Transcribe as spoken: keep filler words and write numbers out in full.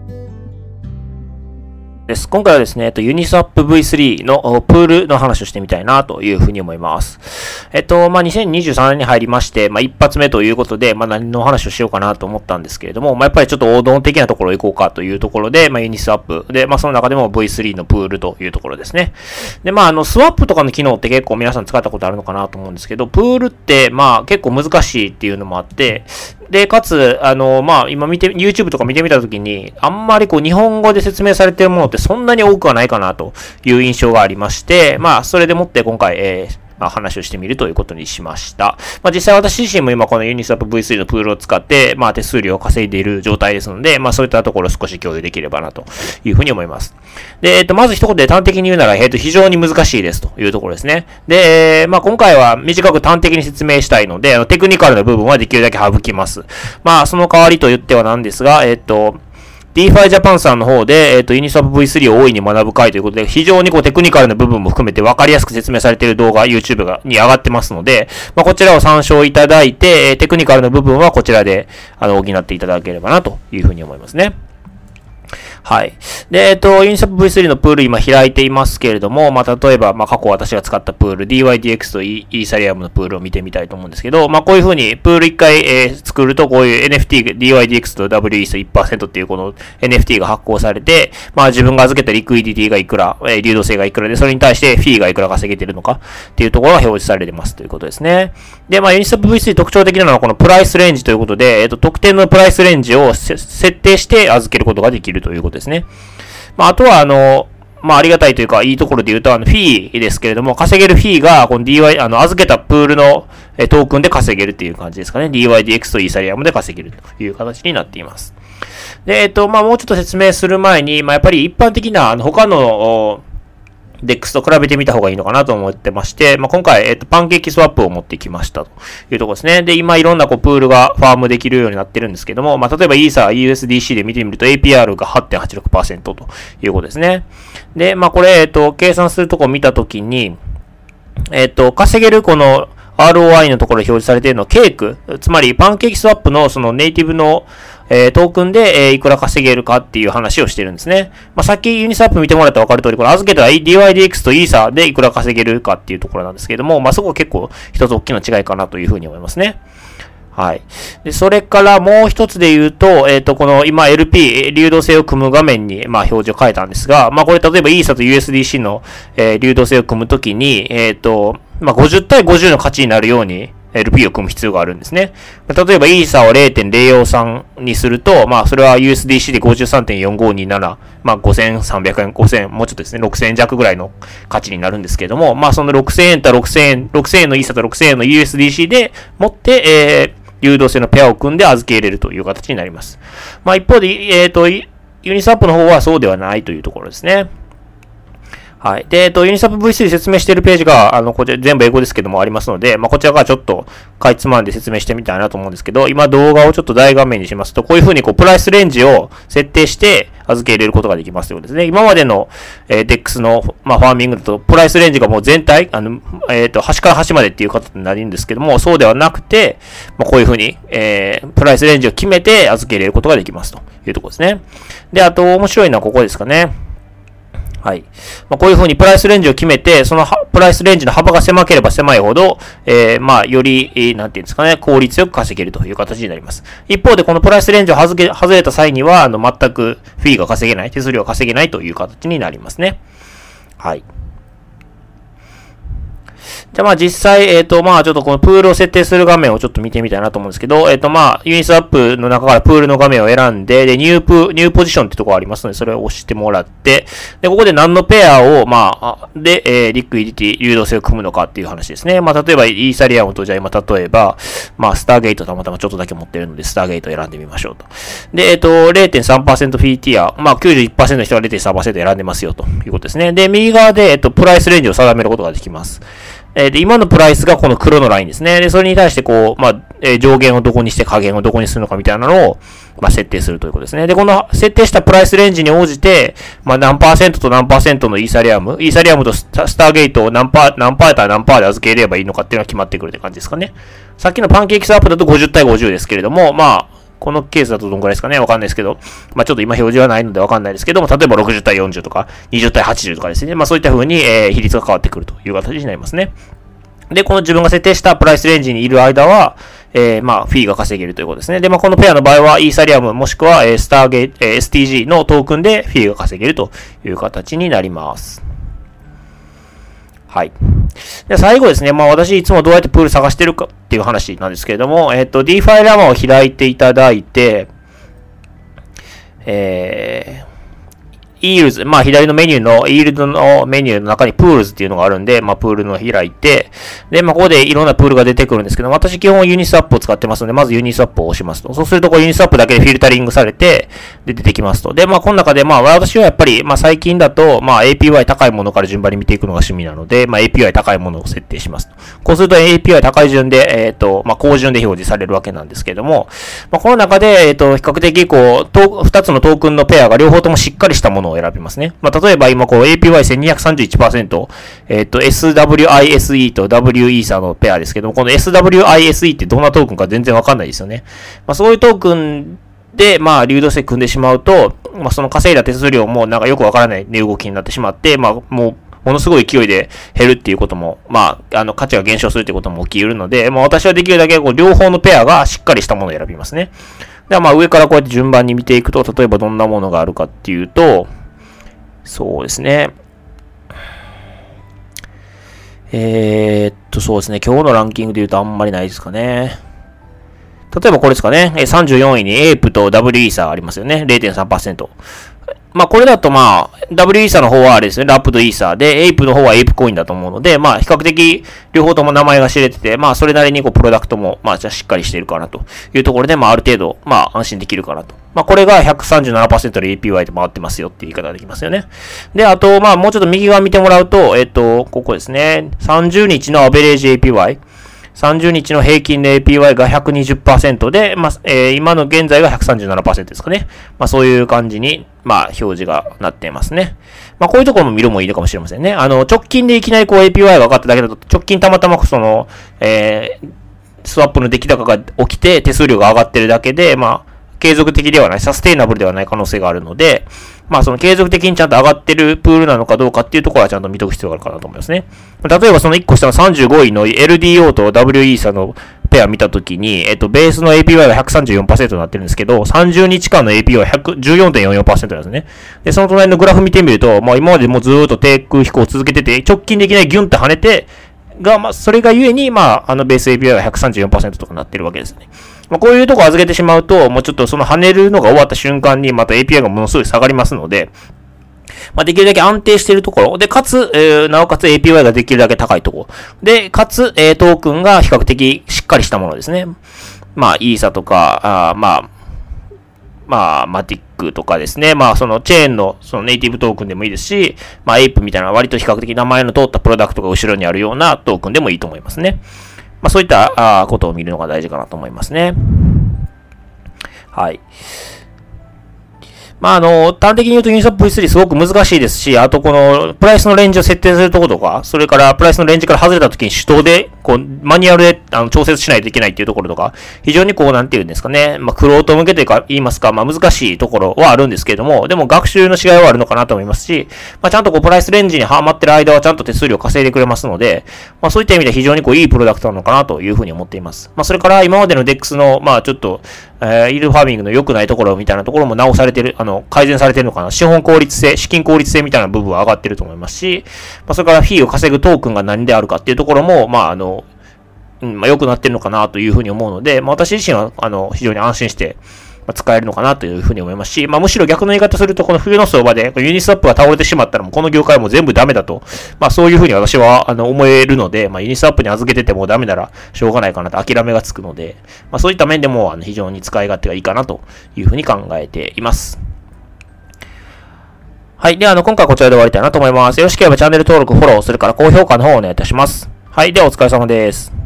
です。今回はですね、えっと、ユニスワップ ブイスリー のプールの話をしてみたいなというふうに思います。えっと、まあ、にせんにじゅうさんねんに入りまして、まあ、一発目ということで、まあ、何の話をしようかなと思ったんですけれども、まあ、やっぱりちょっと王道的なところ行こうかというところで、まあ、ユニスワップで、まあ、その中でも ブイスリー のプールというところですね。で、まあ、あの、スワップとかの機能って結構皆さん使ったことあるのかなと思うんですけど、プールって、まあ、結構難しいっていうのもあって、で、かつ、あの、まあ、今見て、YouTube とか見てみたときに、あんまりこう、日本語で説明されているものってそんなに多くはないかなという印象がありまして、まあ、それでもって今回、えー、まあ、話をしてみるということにしました。まあ、実際私自身も今このユニスワップ ブイスリー のプールを使って、まあ、手数料を稼いでいる状態ですので、まあ、そういったところを少し共有できればなというふうに思います。で、えっと、まず一言で端的に言うなら、えっと、非常に難しいですというところですね。で、まあ、今回は短く端的に説明したいので、テクニカルな部分はできるだけ省きます。まあ、その代わりと言ってはなんですが、えっと、DeFi Japan さんの方で、えっと、ユニスワップ ブイスリー を大いに学ぶ会ということで、非常にこうテクニカルな部分も含めて分かりやすく説明されている動画、YouTube がに上がってますので、まあ、こちらを参照いただいて、テクニカルな部分はこちらで、あの、補っていただければなというふうに思いますね。はい。で、えっと、ユニスワップ ブイスリー のプール今開いていますけれども、まあ、例えば、まあ、過去私が使ったプール、ディーワイディーエックス とイーサリアムのプールを見てみたいと思うんですけど、まあ、こういう風に、プール一回、えー、作ると、こういう エヌエフティー、ディーワイディーエックス と ダブリューイーエス いちパーセント っていうこの エヌエフティー が発行されて、まあ、自分が預けたリクイディティがいくら、えー、流動性がいくらで、それに対してフィーがいくら稼げているのかっていうところが表示されてますということですね。で、まあ、ユニスワップ ブイスリー 特徴的なのはこのプライスレンジということで、えっと、特定のプライスレンジを設定して預けることができるということですね。まあ、あとは、あの、まあ、ありがたいというか、いいところで言うと、あの、フィーですけれども、稼げるフィーが、この ディーワイ、あの、預けたプールのえトークンで稼げるっていう感じですかね。ディーワイディーエックス とイーサリアムで稼げるという形になっています。で、えっと、まあ、もうちょっと説明する前に、まあ、やっぱり一般的な、あの、他の、デックス と比べてみた方がいいのかなと思ってまして、まあ、今回、えっと、パンケーキスワップを持ってきましたというところですね。で、今いろんなこうプールがファームできるようになってるんですけども、まあ、例えばイーサー、ユーエスディーシー で見てみると エーピーアール が はちてんはちろくパーセント ということですね。で、まあ、これ、えっと、計算するとこを見たときに、えっと、稼げるこの アールオーアイ のところで表示されているのはケーク、つまりパンケーキスワップのそのネイティブのえー、トークンで、えー、いくら稼げるかっていう話をしてるんですね。まあ、さっきユニスワップ見てもらったら分かる通り、これ預けた ディーワイディーエックス とイーサーでいくら稼げるかっていうところなんですけれども、まあ、そこは結構一つ大きな違いかなというふうに思いますね。はい。で、それからもう一つで言うと、えっと、この今 エルピー、流動性を組む画面に、まあ、表示を変えたんですが、まあ、これ例えばイーサと ユーエスディーシー の、えー、流動性を組むときに、えっと、まあ、ごじゅうたいごじゅうの価値になるように、エルピー を組む必要があるんですね。例えば、イーサを れいてんぜろよんさん にすると、まあ、それは ユーエスディーシー で ごじゅうさんてんよんごになな、まあ、ごせんさんびゃくえん、ごせん、もうちょっとですね、ろくせんえん弱ぐらいの価値になるんですけれども、まあ、そのろくせんえんとろくせんえん、ろくせんえんのイーサとろくせんえんの ユーエスディーシー で持って、えー、流動性のペアを組んで預け入れるという形になります。まあ、一方で、えっと、ユニスワップの方はそうではないというところですね。はい。で、えっと、ユニスワップ ブイスリー 説明しているページが、あの、こちら全部英語ですけどもありますので、まあ、こちらからちょっと、かいつまんで説明してみたいなと思うんですけど、今動画をちょっと大画面にしますと、こういう風にこう、プライスレンジを設定して、預け入れることができますということですね。今までの、えー、デックス の、まあ、ファーミングだと、プライスレンジがもう全体、あの、えっと、端から端までっていう形になるんですけども、そうではなくて、まあ、こういう風に、えー、プライスレンジを決めて預け入れることができますというところですね。で、あと、面白いのはここですかね。はい。まあ、こういう風にプライスレンジを決めて、そのプライスレンジの幅が狭ければ狭いほど、えー、まあ、より、えー、なんていうんですかね、効率よく稼げるという形になります。一方で、このプライスレンジを外れ、外れた際には、あの、全くフィーが稼げない、手数料が稼げないという形になりますね。はい。じゃあまあ実際、えっとまあちょっとこのプールを設定する画面をちょっと見てみたいなと思うんですけど、えっとまあユニスワップの中からプールの画面を選んで、で、ニュープ、ニューポジションってところがありますので、それを押してもらって、で、ここで何のペアを、まあ、で、えー、リクイディティ、流動性を組むのかっていう話ですね。まあ例えば、イーサリアムとじゃあ今例えば、まあスターゲートたまたまちょっとだけ持ってるので、スターゲートを選んでみましょうと。で、えっと、れいてんさんパーセント フィーティア、まあ きゅうじゅういちパーセント の人が れいてんさんパーセント 選んでますよということですね。で、右側で、えっと、プライスレンジを定めることができます。えー、で、今のプライスがこの黒のラインですね。で、それに対してこう、まあ、えー、上限をどこにして下限をどこにするのかみたいなのを、まあ、設定するということですね。で、この設定したプライスレンジに応じて、まあ、何パーセントと何パーセントのイーサリアム、イーサリアムとスターゲートを何パー、何パーやったら何パーで預ければいいのかっていうのが決まってくるって感じですかね。さっきのパンケーキスワップだとごじゅうたいごじゅうですけれども、まあ、 このケースだとどんくらいですかね、わかんないですけど、まあ、ちょっと今表示はないのでわかんないですけども、例えばろくじゅう対よんじゅうとか、にじゅう対はちじゅうとかですね。まあ、そういった風に、えー、比率が変わってくるという形になりますね。で、この自分が設定したプライスレンジにいる間は、えー、まあ、フィーが稼げるということですね。で、まあ、このペアの場合は、イーサリアムもしくは、えー、スターゲート、えー、エスティージー のトークンでフィーが稼げるという形になります。はい。で、最後ですね。まあ、私いつもどうやってプール探してるかっていう話なんですけれども、えっと、DeFi ラマを開いていただいて、えー、イールズ、まあ左のメニューの、イールドのメニューの中にプールズっていうのがあるんで、まあプールの開いて、で、まあここでいろんなプールが出てくるんですけど、私基本ユニスワップを使ってますので、まずユニスワップを押しますと。そうするとこうユニスワップだけでフィルタリングされて、で、出てきますと。で、まあこの中でまあ私はやっぱり、まあ最近だと、まあ エーピーワイ 高いものから順番に見ていくのが趣味なので、まあ エーピーワイ 高いものを設定しますと。こうすると エーピーワイ 高い順で、えっと、まあ高順で表示されるわけなんですけども、まあこの中で、えっと、比較的こう、二つのトークンのペアが両方ともしっかりしたものを選びますね。まあ例えば今こう エーピーワイせんにひゃくさんじゅういちパーセント、えっと エスダブリューアイエスイー と W イーサーのペアですけども、この エスダブリューアイエスイー ってどんなトークンか全然わかんないですよね。まあそういうトークンで、まあ流動性組んでしまうと、まあその稼いだ手数料もなんかよくわからない値動きになってしまって、まあもうものすごい勢いで減るっていうことも、まあ、あの、価値が減少するっていうことも起き得るので、まあ私はできるだけこう両方のペアがしっかりしたものを選びますね。ではまあ上からこうやって順番に見ていくと、例えばどんなものがあるかっていうと、そうですね。えー、っと、そうですね。今日のランキングで言うとあんまりないですかね。例えばこれですかね。さんじゅうよんいに エープ と W イーサーありますよね。れいてんさんパーセント。まあこれだとまあ、W イーサーの方はあれですね。ラップとイーサーで、エープ の方はエープコインだと思うので、まあ比較的両方とも名前が知れてて、まあそれなりにこうプロダクトもまあじゃあしっかりしているかなというところで、まあある程度まあ安心できるかなと。まあこれが ひゃくさんじゅうななパーセント で エーピーワイ で回ってますよっていう言い方ができますよね。で、あとまあもうちょっと右側見てもらうと、えっと、ここですね。さんじゅうにちのアベレージ エーピーワイ。さんじゅうにちの平均で エーピーワイ が ひゃくにじゅっパーセント で、まあ、えー、今の現在が ひゃくさんじゅうななパーセント ですかね。まあ、そういう感じに、まあ、表示がなっていますね。まあ、こういうところも見るもいいのかもしれませんね。あの、直近でいきなりこう エーピーワイ が上がっただけだと、直近たまたまその、えー、スワップの出来高が起きて手数料が上がってるだけで、まあ、継続的ではない、サステイナブルではない可能性があるので、まあその継続的にちゃんと上がってるプールなのかどうかっていうところはちゃんと見とく必要があるかなと思いますね。例えばそのいっこ下のさんじゅうごいの エルディーオー と W イーサーのペア見たときに、えっと、ベースの エーピーワイ が ひゃくさんじゅうよんパーセント になってるんですけど、さんじゅうにちかんの エーピーワイ は じゅうよんてんよんよんパーセント なんですね。で、その隣のグラフ見てみると、まあ今までもうずーっと低空飛行を続けてて、直近でいきなりギュンって跳ねて、が、まあ、それがゆえに、まあ、あのベース エーピーワイ が ひゃくさんじゅうよんパーセント とかなってるわけですね。まあ、こういうとこ預けてしまうと、もうちょっとその跳ねるのが終わった瞬間に、また エーピーワイ がものすごい下がりますので、まあ、できるだけ安定しているところ。で、かつ、えー、なおかつ エーピーワイ ができるだけ高いところ。で、かつ、えー、トークンが比較的しっかりしたものですね。まあ、イーサとか、あまあ、まあ、マティックとかですね。まあ、そのチェーンのそのネイティブトークンでもいいですし、まあ、エイプみたいな割と比較的名前の通ったプロダクトが後ろにあるようなトークンでもいいと思いますね。まあ、そういったあことを見るのが大事かなと思いますね。はい。まあ、あの、端的に言うとユニスワップ ブイスリー すごく難しいですし、あとこの、プライスのレンジを設定するところとか、それからプライスのレンジから外れた時に手動で、こう、マニュアルであの調節しないといけないっていうところとか、非常にこう、なんていうんですかね、まあ、クロート向けというか、言いますか、まあ、難しいところはあるんですけれども、でも学習の違いはあるのかなと思いますし、まあ、ちゃんとこう、プライスレンジにはまってる間はちゃんと手数料稼いでくれますので、まあ、そういった意味で非常にこう、いいプロダクトなのかなというふうに思っています。まあ、それから今までの デックス の、まあ、ちょっと、えー、イールドファーミングの良くないところみたいなところも直されてる、あの、改善されてるのかな。資本効率性、資金効率性みたいな部分は上がってると思いますし、まあ、それからフィーを稼ぐトークンが何であるかっていうところも、まあ、あの、うん、まあ、良くなってるのかなというふうに思うので、まあ、私自身は、あの、非常に安心して、使えるのかなというふうに思いますし、まあ、むしろ逆の言い方すると、この冬の相場でユニスワップが倒れてしまったらもうこの業界も全部ダメだと、まあ、そういうふうに私はあの思えるので、まあ、ユニスワップに預けててもダメならしょうがないかなと諦めがつくので、まあ、そういった面でもあの非常に使い勝手がいいかなというふうに考えています。はい。では、あの、今回はこちらで終わりたいなと思います。よろしければチャンネル登録、フォロー、それから高評価の方をお願いいたします。はい。では、お疲れ様です。